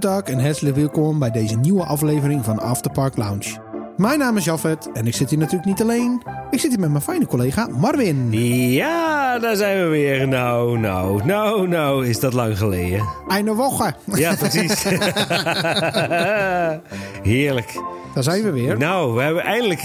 Goedendag en hartelijk welkom bij deze nieuwe aflevering van Afterpark Lounge. Mijn naam is Jafet en ik zit hier natuurlijk niet alleen. Ik zit hier met mijn fijne collega Marvin. Ja, daar zijn we weer. Nou, is dat lang geleden. Einde woche. Ja, precies. Heerlijk. Daar zijn we weer. Nou, we hebben eindelijk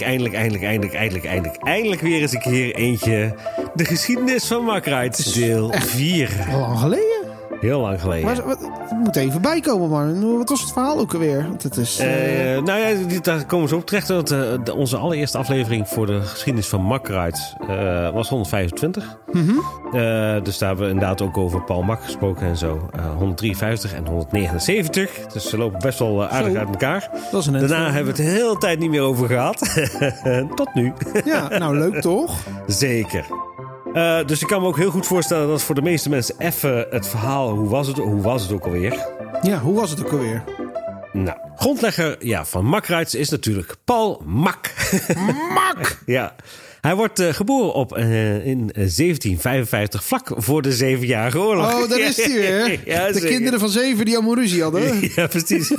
weer eens een keer eentje. De geschiedenis van Makkerijd, deel 4. Lang geleden. Heel lang geleden. Maar het moet even bijkomen, man. Wat was het verhaal ook alweer? Want het is, daar komen ze op terecht. Want onze allereerste aflevering voor de geschiedenis van Makkerijd was 125. Mm-hmm. Dus daar hebben we inderdaad ook over Paul Mak gesproken en zo. 153 en 179. Dus ze lopen best wel aardig uit elkaar. Dat is een Daarna hebben we het de hele tijd niet meer over gehad. Tot nu. Ja, nou leuk toch? Zeker. Dus ik kan me ook heel goed voorstellen dat voor de meeste mensen even het verhaal... Hoe was het ook alweer? Ja, hoe was het ook alweer? Nou, grondlegger van Makkerijd is natuurlijk Paul Mak. Mak! Ja. Hij wordt geboren in 1755, vlak voor de 7-jarige oorlog. Oh, daar is hij weer. Ja, de zeker. Kinderen van 7 die allemaal ruzie hadden. Ja, precies.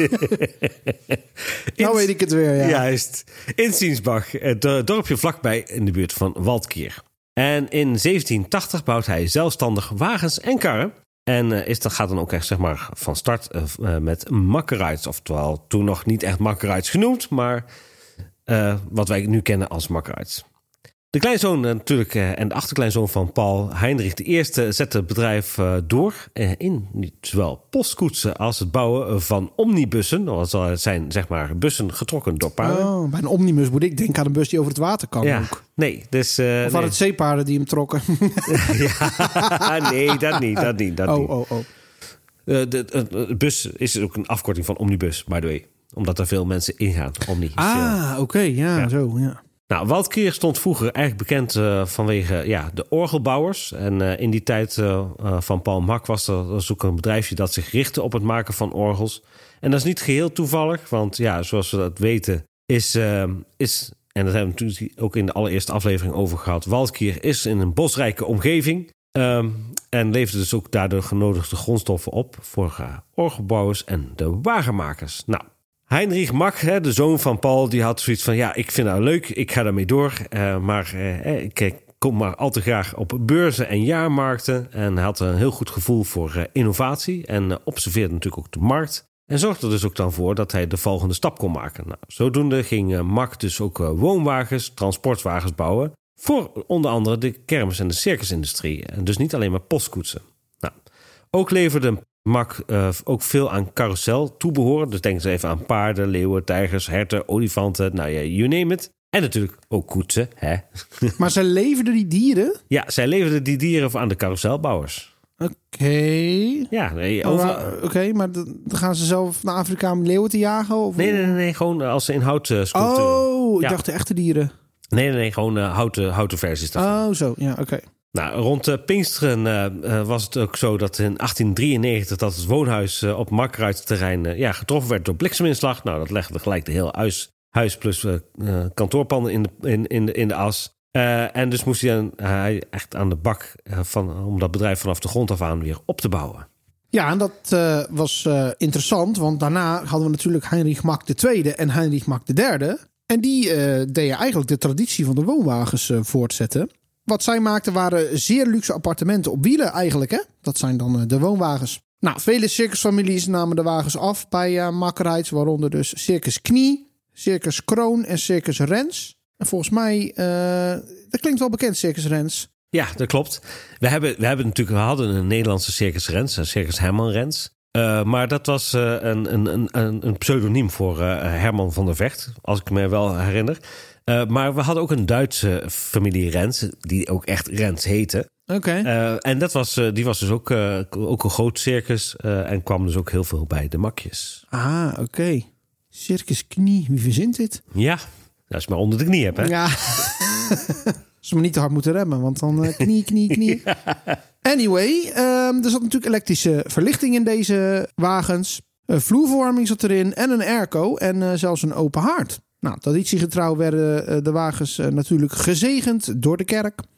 Nou weet ik het weer, ja. Juist. In Siensbach, het dorpje vlakbij in de buurt van Waldkier. En in 1780 bouwt hij zelfstandig wagens en karren. En gaat dan ook echt zeg maar van start met Makkerijd. Oftewel toen nog niet echt Makkerijd genoemd, maar wat wij nu kennen als Makkerijd. De kleinzoon natuurlijk en de achterkleinzoon van Paul, Heinrich I, zette het bedrijf door in zowel postkoetsen als het bouwen van omnibussen. Dat zijn zeg maar bussen getrokken door paarden. Oh, bij een omnibus moet ik denken aan een bus die over het water kan ook. Nee, dus... of waren het zeepaarden die hem trokken? Ja, nee, dat niet. Oh. De bus is ook een afkorting van omnibus, by the way. Omdat er veel mensen ingaan. Omni. Oké, ja, zo, ja. Nou, Waldkier stond vroeger eigenlijk bekend vanwege de orgelbouwers. En in die tijd van Paul Mak was er ook een bedrijfje dat zich richtte op het maken van orgels. En dat is niet geheel toevallig, want zoals we dat weten is en dat hebben we natuurlijk ook in de allereerste aflevering over gehad, Waldkier is in een bosrijke omgeving. En leverde dus ook daardoor genodigde grondstoffen op voor orgelbouwers en de wagenmakers. Nou, Heinrich Mak, de zoon van Paul, die had zoiets van... ik vind dat leuk, ik ga daarmee door. Maar ik kom maar al te graag op beurzen en jaarmarkten. En hij had een heel goed gevoel voor innovatie. En observeerde natuurlijk ook de markt. En zorgde er dus ook dan voor dat hij de volgende stap kon maken. Nou, zodoende ging Mak dus ook woonwagens, transportwagens bouwen... voor onder andere de kermis- en de circusindustrie. En dus niet alleen maar postkoetsen. Nou, ook leverde Mak ook veel aan carousel toebehoren. Dus denken ze even aan paarden, leeuwen, tijgers, herten, olifanten. Nou ja, you name it. En natuurlijk ook koetsen. Hè? Maar zij leverden die dieren? Ja, zij leverden die dieren aan de carouselbouwers. Oké. Ja, nee. Oké, maar dan gaan ze zelf naar Afrika om leeuwen te jagen? Of? Nee. Gewoon als ze in hout sculpturen. Oh, ik dacht de echte dieren. Nee. Gewoon houten versies daarvan. Oh, zo. Ja, oké. Nou, rond Pinksteren was het ook zo dat in 1893... dat het woonhuis op Makkerijdsterrein getroffen werd door blikseminslag. Nou, dat legde gelijk de hele huis plus kantoorpanden in de as. En dus moest hij echt aan de bak om dat bedrijf vanaf de grond af aan weer op te bouwen. Ja, en dat was interessant, want daarna hadden we natuurlijk Heinrich Mak II en Heinrich Mak III. En die deden eigenlijk de traditie van de woonwagens voortzetten. Wat zij maakten waren zeer luxe appartementen op wielen eigenlijk, hè? Dat zijn dan de woonwagens. Nou, vele circusfamilies namen de wagens af bij Makkerijd, waaronder dus Circus Knie, Circus Kroon en Circus Rens. En volgens mij, dat klinkt wel bekend, Circus Rens. Ja, dat klopt. We hadden een Nederlandse Circus Rens, een Circus Herman Rens. Maar dat was een pseudoniem voor Herman van der Vecht, als ik me wel herinner. Maar we hadden ook een Duitse familie Rens, die ook echt Rens heette. Oké. En die was dus ook een groot circus en kwam dus ook heel veel bij de makjes. Ah, oké. Circus Knie, wie verzint dit? Ja, als je maar onder de knie hebt, hè? Ja. Als we maar niet te hard moeten remmen, want dan knie. Ja. Anyway, er zat natuurlijk elektrische verlichting in deze wagens. Vloerverwarming zat erin en een airco en zelfs een open haard. Nou, traditiegetrouw werden de wagens natuurlijk gezegend door de kerk.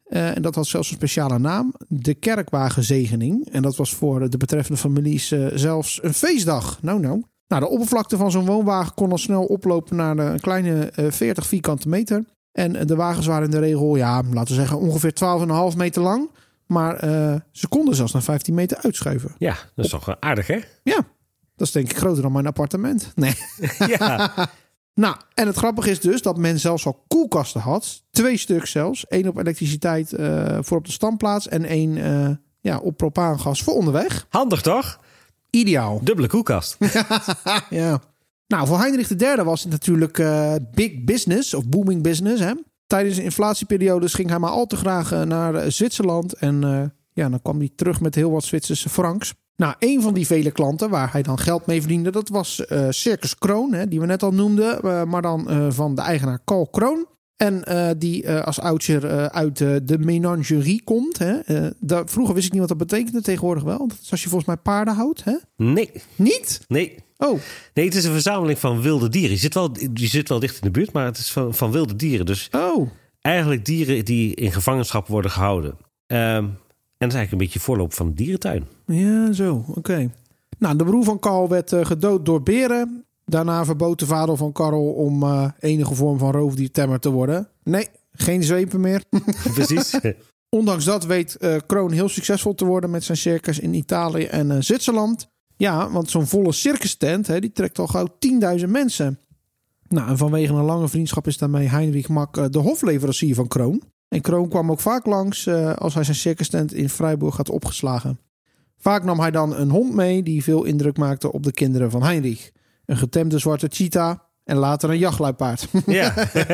En dat had zelfs een speciale naam. De kerkwagenzegening. En dat was voor de betreffende families zelfs een feestdag. Nou, de oppervlakte van zo'n woonwagen kon al snel oplopen naar een kleine 40 vierkante meter. En de wagens waren in de regel, laten we zeggen, ongeveer 12,5 meter lang. Maar ze konden zelfs naar 15 meter uitschuiven. Ja, dat is toch aardig, hè? Ja, dat is denk ik groter dan mijn appartement. Nee. Ja. Nou, en het grappige is dus dat men zelfs al koelkasten had. 2 stuks zelfs. 1 op elektriciteit voor op de standplaats. En 1 op propaangas voor onderweg. Handig, toch? Ideaal. Dubbele koelkast. Ja. Nou, voor Heinrich III was het natuurlijk big business of booming business. Hè? Tijdens de inflatieperiodes ging hij maar al te graag naar Zwitserland. En dan kwam hij terug met heel wat Zwitserse francs. Nou, een van die vele klanten waar hij dan geld mee verdiende, dat was Circus Kroon, die we net al noemden. Maar dan van de eigenaar Carl Kroon. En die als oudser uit de menagerie komt. Hè. Vroeger wist ik niet wat dat betekende, tegenwoordig wel. Dat is als je volgens mij paarden houdt. Hè? Nee. Niet? Nee. Oh. Nee, het is een verzameling van wilde dieren. Je zit wel dicht in de buurt, maar het is van wilde dieren. Dus eigenlijk dieren die in gevangenschap worden gehouden. En dat is eigenlijk een beetje voorloop van de dierentuin. Ja, zo. Oké. Nou, de broer van Karl werd gedood door beren. Daarna verbood de vader van Karel om enige vorm van roofdiertemmer te worden. Nee, geen zwepen meer. Precies. Ondanks dat weet Kroon heel succesvol te worden met zijn circus in Italië en Zwitserland. Ja, want zo'n volle circus tent, die trekt al gauw 10.000 mensen. Nou, en vanwege een lange vriendschap is daarmee Heinrich Mack de hofleverancier van Kroon. En Kroon kwam ook vaak langs als hij zijn circus tent in Freiburg had opgeslagen. Vaak nam hij dan een hond mee die veel indruk maakte op de kinderen van Heinrich. Een getemde zwarte cheetah en later een jachtluipaard. Ja.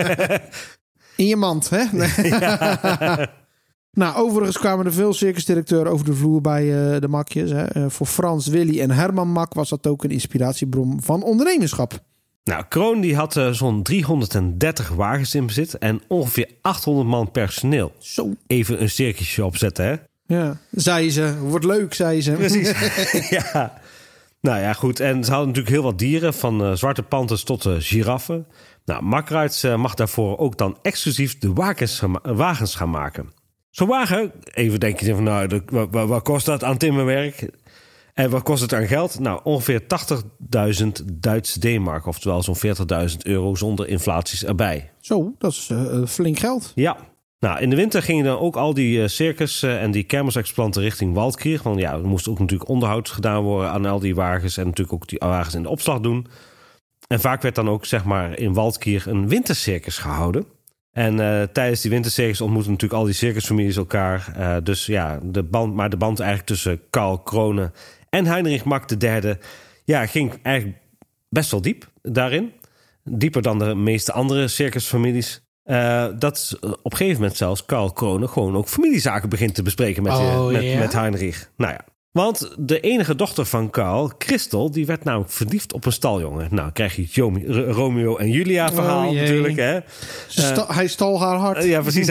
In je mand, hè? Ja. Nou, overigens kwamen er veel circusdirecteuren over de vloer bij de Makjes. Hè. Voor Frans, Willy en Herman Mak was dat ook een inspiratiebron van ondernemerschap. Nou, Kroon die had zo'n 330 wagens in bezit en ongeveer 800 man personeel. Zo. Even een circusje opzetten, hè? Ja, zei ze. Wordt leuk, zei ze. Precies. Ja. Nou ja, goed. En ze hadden natuurlijk heel wat dieren, van zwarte panters tot giraffen. Nou, Makruits mag daarvoor ook dan exclusief de wagens gaan maken. Zo'n wagen, even denk je van, nou, wat kost dat aan timmerwerk? En wat kost het aan geld? Nou, ongeveer 80.000 Duitse D-mark, oftewel zo'n 40.000 euro zonder inflaties erbij. Zo, dat is flink geld. Ja. Nou, in de winter gingen dan ook al die circus en die kermisexploitanten richting Waldkirch. Want ja, er moest ook natuurlijk onderhoud gedaan worden aan al die wagens en natuurlijk ook die wagens in de opslag doen. En vaak werd dan ook, zeg maar, in Waldkirch een wintercircus gehouden. En tijdens die wintercircus ontmoeten natuurlijk al die circusfamilies elkaar. Dus ja, de band eigenlijk tussen Karl Krone en Heinrich Mack III, ging eigenlijk best wel diep daarin. Dieper dan de meeste andere circusfamilies. Dat op een gegeven moment zelfs Karl Krone gewoon ook familiezaken begint te bespreken met Heinrich. Nou ja. Want de enige dochter van Karl, Christel, die werd namelijk verliefd op een staljongen. Nou, krijg je het Romeo en Julia verhaal natuurlijk. Hè? Hij stal haar hart. Ja, precies.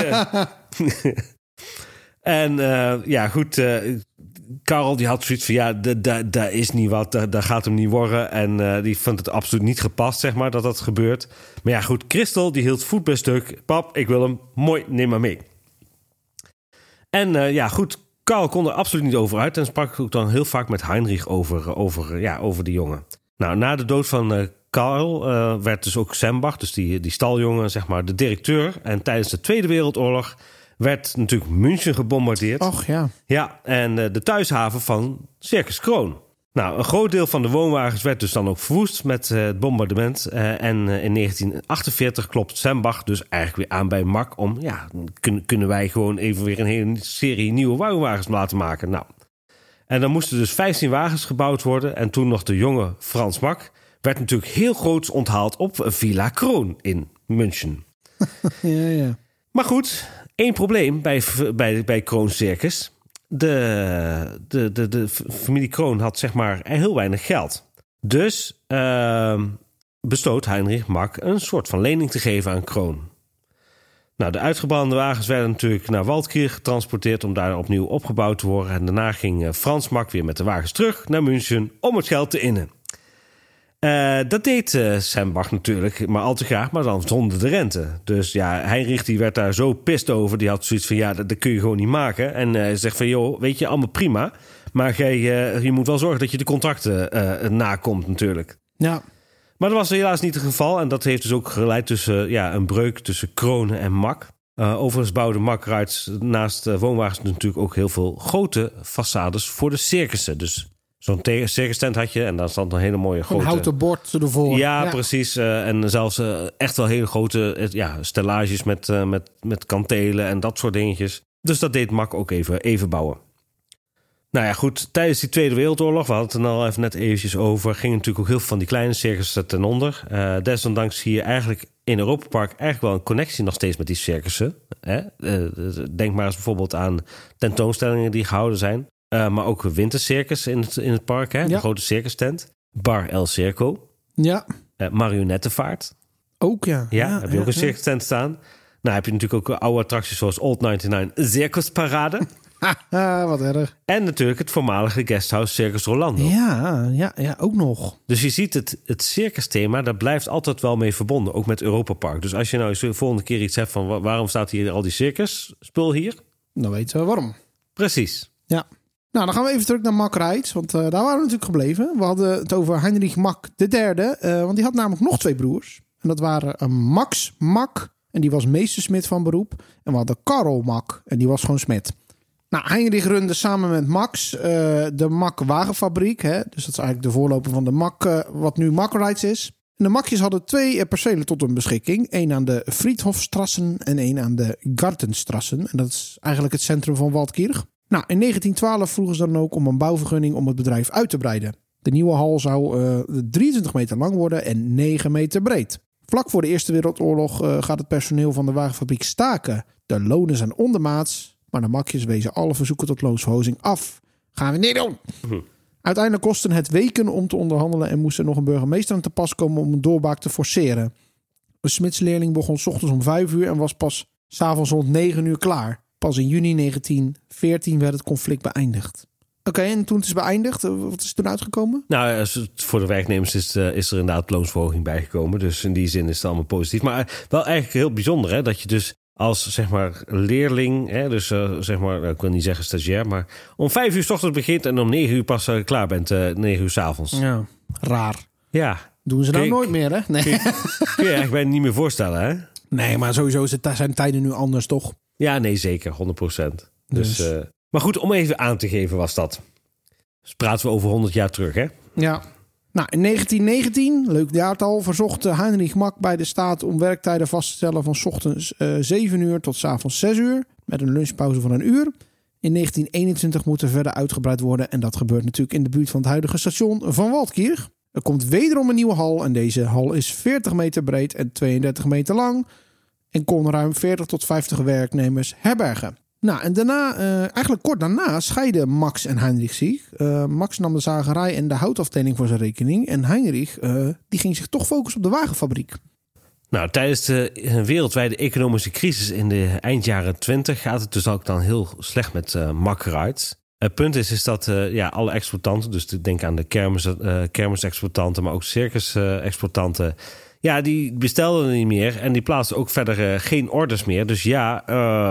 En goed, Karel die had zoiets van, daar is niet wat, daar gaat hem niet worden. En die vond het absoluut niet gepast, zeg maar, dat gebeurt. Maar ja, goed, Christel die hield voet bij stuk. Pap, ik wil hem, mooi, neem maar mee. En goed, Karl kon er absoluut niet over uit en sprak ook dan heel vaak met Heinrich over die jongen. Nou, na de dood van Karl werd dus ook Sembach, dus die staljongen, zeg maar, de directeur. En tijdens de Tweede Wereldoorlog werd natuurlijk München gebombardeerd. Och ja. Ja, en de thuishaven van Circus Kroon. Nou, een groot deel van de woonwagens werd dus dan ook verwoest met het bombardement. En in 1948 klopt Sembach dus eigenlijk weer aan bij Mack om, kunnen wij gewoon even weer een hele serie nieuwe woonwagens laten maken. Nou, en dan moesten dus 15 wagens gebouwd worden. En toen nog de jonge Frans Mack werd natuurlijk heel groots onthaald op Villa Kroon in München. Ja. Maar goed, één probleem bij Kroon Circus. De familie Kroon had, zeg maar, heel weinig geld. Dus besloot Heinrich Mack een soort van lening te geven aan Kroon. Nou, de uitgebrande wagens werden natuurlijk naar Waldkirch getransporteerd om daar opnieuw opgebouwd te worden. En daarna ging Frans Mack weer met de wagens terug naar München om het geld te innen. Dat deed Sam Bach natuurlijk, maar al te graag, maar dan zonder de rente. Dus ja, Heinrich die werd daar zo pist over. Die had zoiets van, ja, dat kun je gewoon niet maken. En hij zegt van, joh, weet je, allemaal prima. Maar je moet wel zorgen dat je de contracten nakomt natuurlijk. Ja. Maar dat was helaas niet het geval. En dat heeft dus ook geleid tussen een breuk tussen Kronen en Mak. Overigens bouwde Makkeruits naast woonwagens natuurlijk ook heel veel grote façades voor de circussen. Dus zo'n circus tent had je en daar stond een hele mooie grote... Een houten bord ervoor. Ja, precies. En zelfs echt wel hele grote stellages met kantelen en dat soort dingetjes. Dus dat deed Mak ook even bouwen. Nou ja, goed. Tijdens die Tweede Wereldoorlog, we hadden het er al even net eventjes over, gingen natuurlijk ook heel veel van die kleine circussen ten onder. Desondanks zie je eigenlijk in Europa Park eigenlijk wel een connectie nog steeds met die circussen. Denk maar eens bijvoorbeeld aan tentoonstellingen die gehouden zijn. Maar ook een wintercircus in het park, hè? De grote circus tent. Bar El Circo. Ja. Marionettenvaart. Ook, ja. Ja, heb je ook een circus tent staan. Nou heb je natuurlijk ook oude attracties zoals Old 99 Circusparade. Wat erg. En natuurlijk het voormalige guesthouse Circus Rolando. Ja, ook nog. Dus je ziet het circusthema, daar blijft altijd wel mee verbonden. Ook met Europa Park. Dus als je nou eens de volgende keer iets hebt van waarom staat hier al die circusspul hier? Dan weten we waarom. Precies. Ja. Nou, dan gaan we even terug naar Mak Rides. Want daar waren we natuurlijk gebleven. We hadden het over Heinrich Mak III. Want die had namelijk nog 2 broers. En dat waren Max Mak. En die was meestersmid van beroep. En we hadden Karl Mak. En die was gewoon smid. Nou, Heinrich runde samen met Max de Mak wagenfabriek. Hè? Dus dat is eigenlijk de voorloper van de Mak, wat nu Mak Rides is. En de Makjes hadden 2 percelen tot hun beschikking. 1 aan de Friedhofstrassen en 1 aan de Gartenstrassen. En dat is eigenlijk het centrum van Waldkirch. Nou, in 1912 vroegen ze dan ook om een bouwvergunning om het bedrijf uit te breiden. De nieuwe hal zou 23 meter lang worden en 9 meter breed. Vlak voor de Eerste Wereldoorlog gaat het personeel van de wagenfabriek staken. De lonen zijn ondermaats, maar de Makjes wezen alle verzoeken tot loonsverhoging af. Gaan we niet doen! Uiteindelijk kostte het weken om te onderhandelen en moest er nog een burgemeester aan te pas komen om een doorbraak te forceren. De smidsleerling begon 's ochtends om 5 uur en was pas 's avonds rond 9 uur klaar. Pas in juni 1914 werd het conflict beëindigd. Oké, en toen het is beëindigd, wat is er toen uitgekomen? Nou, voor de werknemers is er inderdaad loonsverhoging bijgekomen. Dus in die zin is het allemaal positief. Maar wel eigenlijk heel bijzonder, hè, dat je dus als, zeg maar, leerling, hè, dus zeg maar, ik wil niet zeggen stagiair, maar om 5 uur 's ochtends begint en om 9 uur pas klaar bent, 9 uur 's avonds. Ja, raar. Ja. Doen ze nou nooit meer, hè? Nee. Kun je eigenlijk bijna niet meer voorstellen, hè? Nee, maar sowieso zijn tijden nu anders, toch? Ja, nee, zeker. 100%. Dus, maar goed, om even aan te geven was dat. Dus praten we over 100 jaar terug, hè? Ja. Nou, in 1919, leuk jaartal, verzocht Heinrich Mak bij de staat om werktijden vast te stellen van 's ochtends 7 uur tot 's avonds 6 uur. Met een lunchpauze van 1 uur. In 1921 moet er verder uitgebreid worden. En dat gebeurt natuurlijk in de buurt van het huidige station van Waldkirch. Er komt wederom een nieuwe hal. En deze hal is 40 meter breed en 32 meter lang. En kon ruim 40 tot 50 werknemers herbergen. Nou, en daarna, eigenlijk kort daarna, scheiden Max en Heinrich zich. Max nam de zagerij en de houtafdeling voor zijn rekening. En Heinrich, die ging zich toch focussen op de wagenfabriek. Nou, tijdens de wereldwijde economische crisis in de eind jaren 20 gaat het dus ook dan heel slecht met Mak Rides. Het punt is dat alle exploitanten, dus denk aan de kermisexploitanten, maar ook circus-exploitanten, ja, die bestelden niet meer en die plaatsten ook verder geen orders meer. Dus ja,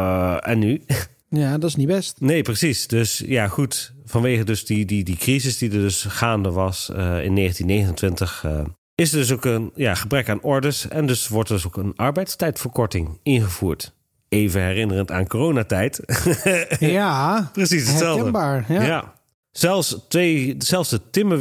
en nu? Ja, dat is niet best. Nee, precies. Dus ja, goed. Vanwege dus die crisis die er dus gaande was in 1929... is er dus ook een gebrek aan orders. En dus wordt er dus ook een arbeidstijdverkorting ingevoerd. Even herinnerend aan coronatijd. Ja, precies hetzelfde. Herkenbaar, ja. Zelfs de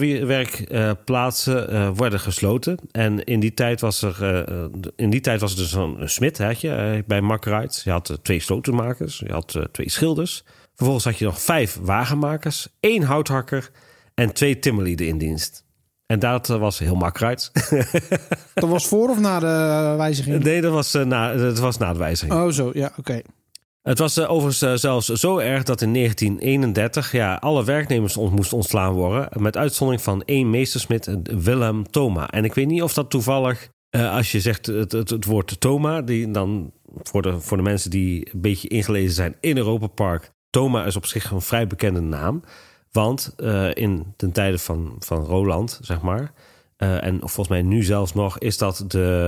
timmerwerkplaatsen werden gesloten. En in die tijd was er dus een smid bij Mak Rides. Je had 2 slotenmakers, je had 2 schilders. Vervolgens had je nog 5 wagenmakers, 1 houthakker en 2 timmerlieden in dienst. En dat was heel Mak Rides. Dat was voor of na de wijziging? Nee, dat was na de wijziging. Oh zo, ja, oké. Het was overigens zelfs zo erg dat in 1931 alle werknemers moesten ontslaan worden. Met uitzondering van 1 meestersmid, Willem Thoma. En ik weet niet of dat toevallig, als je zegt het woord Thoma, die dan voor de mensen die een beetje ingelezen zijn in Europa Park. Thoma is op zich een vrij bekende naam. Want in ten tijde van Roland, zeg maar, en volgens mij nu zelfs nog, is dat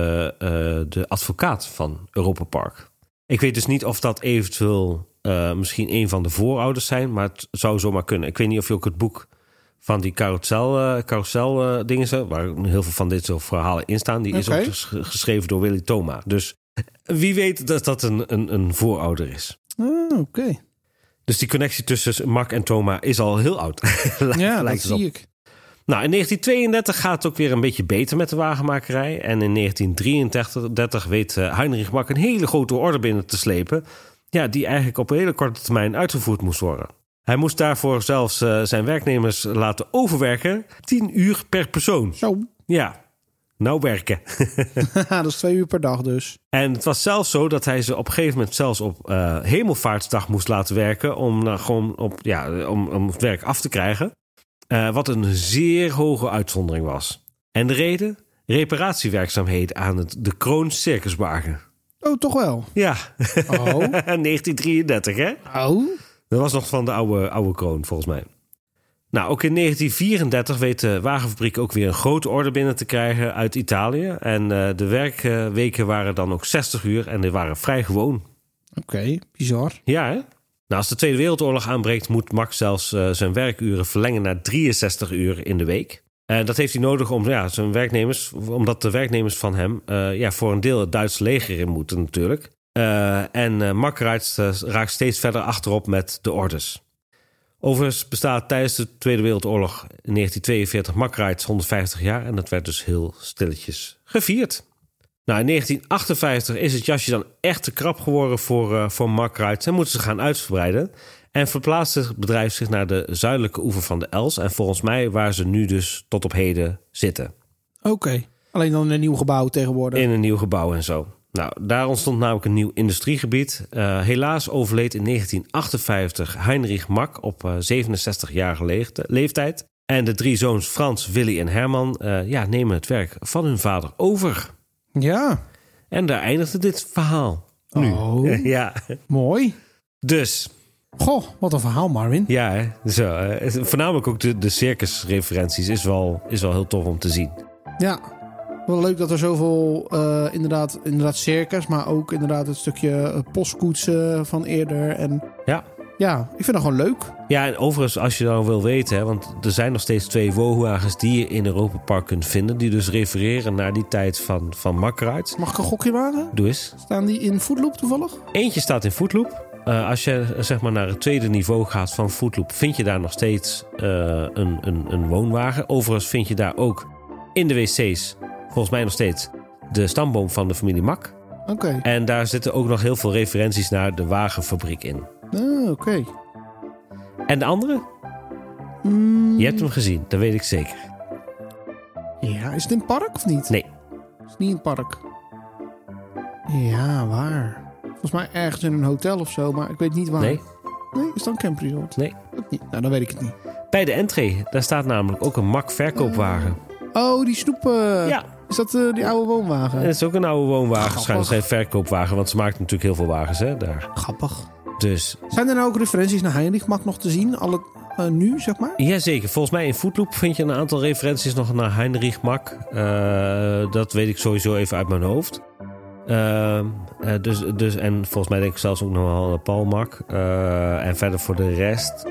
de advocaat van Europa Park. Ik weet dus niet of dat eventueel misschien een van de voorouders zijn, maar het zou zomaar kunnen. Ik weet niet of je ook het boek van die carousel dingen, waar heel veel van dit soort verhalen in staan, die is ook geschreven door Willy Thoma. Dus wie weet dat dat een voorouder is. Oké. Dus die connectie tussen Mack en Thoma is al heel oud. Ja, dat zie ik. Nou, in 1932 gaat het ook weer een beetje beter met de wagenmakerij. En in 1933 weet Heinrich Mack een hele grote orde binnen te slepen. Ja, die eigenlijk op een hele korte termijn uitgevoerd moest worden. Hij moest daarvoor zelfs zijn werknemers laten overwerken. 10 uur per persoon. Zo. Ja, nou werken. Dat is 2 uur per dag dus. En het was zelfs zo dat hij ze op een gegeven moment zelfs op Hemelvaartsdag moest laten werken. Om het werk af te krijgen. Wat een zeer hoge uitzondering was. En de reden? Reparatiewerkzaamheden aan de Kroon Circuswagen. Oh, toch wel? Ja. Oh. 1933, hè? Oh. Dat was nog van de oude Kroon, volgens mij. Nou, ook in 1934 weet de wagenfabriek ook weer een grote orde binnen te krijgen uit Italië. En de werkweken waren dan ook 60 uur en die waren vrij gewoon. Oké, bizar. Ja, hè? Nou, als de Tweede Wereldoorlog aanbreekt, moet Mack zelfs zijn werkuren verlengen naar 63 uur in de week. Dat heeft hij nodig omdat de werknemers van hem voor een deel het Duitse leger in moeten natuurlijk. En Mack raakt steeds verder achterop met de orders. Overigens bestaat tijdens de Tweede Wereldoorlog in 1942 Mack Rides 150 jaar en dat werd dus heel stilletjes gevierd. Nou, in 1958 is het jasje dan echt te krap geworden voor Mack Rides en moeten ze gaan uitbreiden. En verplaatst het bedrijf zich naar de zuidelijke oever van de Els. En volgens mij waar ze nu dus tot op heden zitten. Oké. Alleen dan in een nieuw gebouw tegenwoordig. In een nieuw gebouw en zo. Nou, daar ontstond namelijk een nieuw industriegebied. Helaas overleed in 1958 Heinrich Mack op 67-jarige leeftijd. En de 3 zoons Frans, Willy en Herman nemen het werk van hun vader over. Ja. En daar eindigde dit verhaal. Nu. Oh, ja. Mooi. Dus... Goh, wat een verhaal, Marvin. Ja, hè? Zo, voornamelijk ook de circusreferenties is wel heel tof om te zien. Ja, wel leuk dat er zoveel inderdaad circus, maar ook inderdaad het stukje postkoetsen van eerder. En ja, ik vind dat gewoon leuk. Ja, en overigens, als je dan wil weten, hè, want er zijn nog steeds 2 woonwagens die je in Europa Park kunt vinden, die dus refereren naar die tijd van Mack Rides. Mag ik een gokje wagen? Doe eens. Staan die in Footloop toevallig? Eentje staat in Footloop. Als je zeg maar naar het tweede niveau gaat van Footloop, vind je daar nog steeds een woonwagen. Overigens vind je daar ook in de wc's, volgens mij nog steeds, de stamboom van de familie Mack. Oké. En daar zitten ook nog heel veel referenties naar de wagenfabriek in. Oké. En de andere? Je hebt hem gezien, dat weet ik zeker. Ja, is het in het park of niet? Nee. Is het niet in het park? Ja, waar? Volgens mij ergens in een hotel of zo, maar ik weet niet waar. Nee. Nee, is dat een campresort? Nee. Ook niet. Nou, dan weet ik het niet. Bij de entree, daar staat namelijk ook een Mack verkoopwagen. Oh, die snoepen. Ja. Is dat die oude woonwagen? Het is ook een oude woonwagen. Grappig. Waarschijnlijk geen verkoopwagen, want ze maakt natuurlijk heel veel wagens, hè, daar. Grappig. Dus... Zijn er nou ook referenties naar Heinrich Mack nog te zien? Alle nu, zeg maar? Jazeker. Volgens mij in Footloop vind je een aantal referenties nog naar Heinrich Mack. Dat weet ik sowieso even uit mijn hoofd. Dus, en volgens mij denk ik zelfs ook nog wel Paul Mack. En verder voor de rest...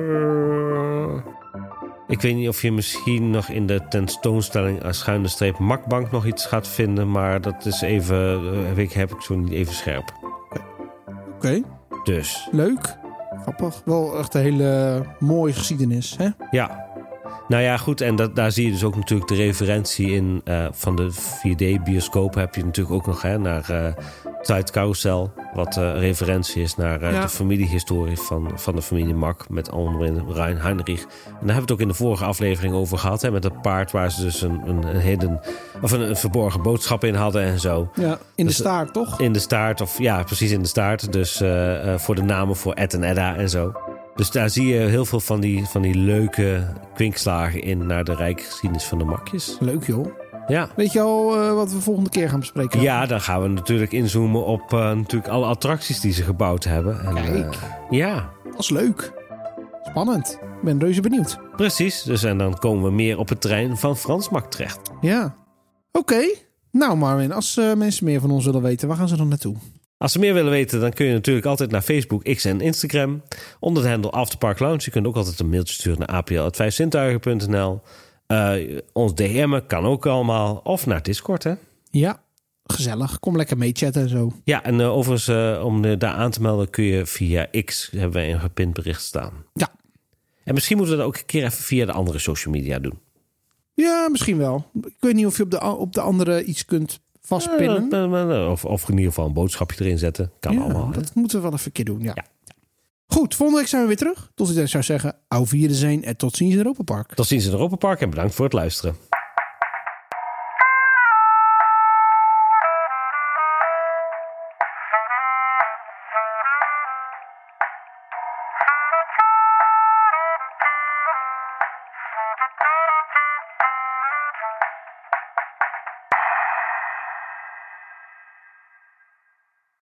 ik weet niet of je misschien nog in de tentoonstelling schuine streep Mackbank nog iets gaat vinden. Maar dat is even... heb ik zo niet even scherp. Oké. Dus. Leuk. Grappig. Wel echt een hele mooie geschiedenis, hè? Ja. Nou ja, goed. En daar zie je dus ook natuurlijk de referentie in van de 4D-bioscoop. Heb je natuurlijk ook nog naar Tijd Carousel. Wat referentie is naar de familiehistorie van de familie Mack. Met onder Heinrich. En daar hebben we het ook in de vorige aflevering over gehad. Hè, met dat paard waar ze dus een verborgen boodschap in hadden en zo. Ja, in de staart toch? In de staart, of ja, precies in de staart. Dus voor de namen voor Ed en Edda en zo. Dus daar zie je heel veel van die leuke kwinkslagen in naar de rijke geschiedenis van de Mackjes. Leuk joh. Ja. Weet je al wat we volgende keer gaan bespreken? Ja, dan gaan we natuurlijk inzoomen op natuurlijk alle attracties die ze gebouwd hebben. En, Kijk. ja. Dat is leuk. Spannend. Ik ben reuze benieuwd. Precies, dus en dan komen we meer op het terrein van Fransmak terecht. Ja. Oké. Nou Marvin, als mensen meer van ons willen weten, waar gaan ze dan naartoe? Als ze meer willen weten, dan kun je natuurlijk altijd naar Facebook, X en Instagram. Onder de handle Afterpark Lounge. Je kunt ook altijd een mailtje sturen naar apl@5zintuigen.nl. Ons DM'en kan ook allemaal. Of naar Discord, hè? Ja, gezellig. Kom lekker meechatten en zo. Ja, en overigens, om daar aan te melden kun je via X, hebben wij een gepind bericht staan. Ja. En misschien moeten we dat ook een keer even via de andere social media doen. Ja, misschien wel. Ik weet niet of je op de andere iets kunt vastpinnen. Of in ieder geval een boodschapje erin zetten. Kan allemaal. Dat moeten we wel even een keer doen, ja. Ja. Goed, volgende week zijn we weer terug. Tot ik zou zeggen, au Wiedersehen en tot ziens in Europa Park. Tot ziens in Europa Park en bedankt voor het luisteren.